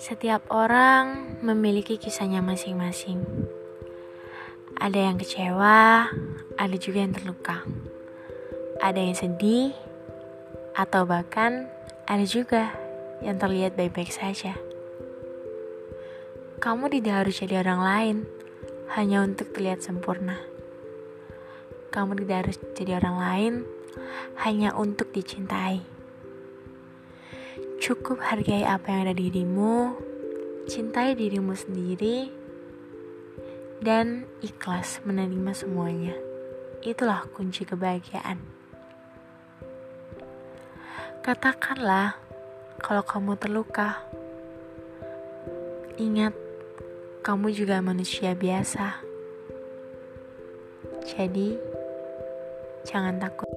Setiap orang memiliki kisahnya masing-masing. Ada yang kecewa, ada juga yang terluka. Ada yang sedih, atau bahkan ada juga yang terlihat baik-baik saja. Kamu tidak harus jadi orang lain hanya untuk terlihat sempurna. Kamu tidak harus jadi orang lain hanya untuk dicintai. Cukup hargai apa yang ada di dirimu, cintai dirimu sendiri, dan ikhlas menerima semuanya. Itulah kunci kebahagiaan. Katakanlah kalau kamu terluka. Ingat, kamu juga manusia biasa. Jadi, jangan takut.